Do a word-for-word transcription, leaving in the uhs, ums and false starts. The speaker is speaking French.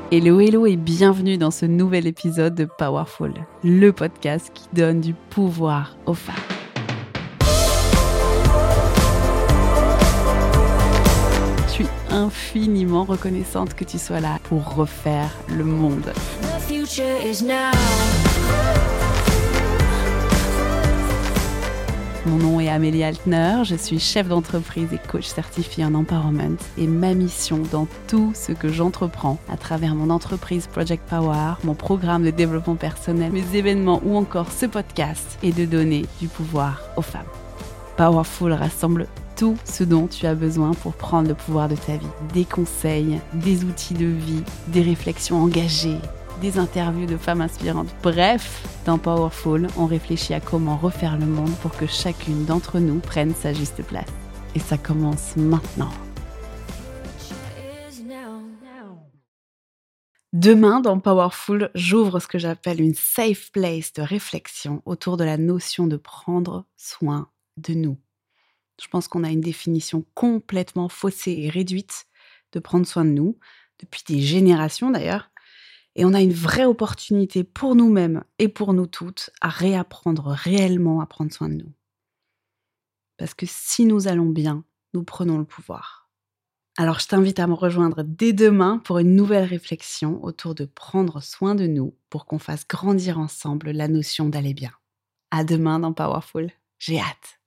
Hello, hello et bienvenue dans ce nouvel épisode de Powerful, le podcast qui donne du pouvoir aux femmes. Je suis infiniment reconnaissante que tu sois là pour refaire le monde. The future is now. Mon nom est Amélie Altner, je suis chef d'entreprise et coach certifié en empowerment et ma mission dans tout ce que j'entreprends à travers mon entreprise Project Power, mon programme de développement personnel, mes événements ou encore ce podcast est de donner du pouvoir aux femmes. Powerful rassemble tout ce dont tu as besoin pour prendre le pouvoir de ta vie. Des conseils, des outils de vie, des réflexions engagées, des interviews de femmes inspirantes. Bref, dans Powerful, on réfléchit à comment refaire le monde pour que chacune d'entre nous prenne sa juste place. Et ça commence maintenant. Demain, dans Powerful, j'ouvre ce que j'appelle une safe place de réflexion autour de la notion de prendre soin de nous. Je pense qu'on a une définition complètement faussée et réduite de prendre soin de nous, depuis des générations d'ailleurs. Et on a une vraie opportunité pour nous-mêmes et pour nous toutes à réapprendre réellement à prendre soin de nous. Parce que si nous allons bien, nous prenons le pouvoir. Alors je t'invite à me rejoindre dès demain pour une nouvelle réflexion autour de prendre soin de nous pour qu'on fasse grandir ensemble la notion d'aller bien. À demain dans Powerful, j'ai hâte.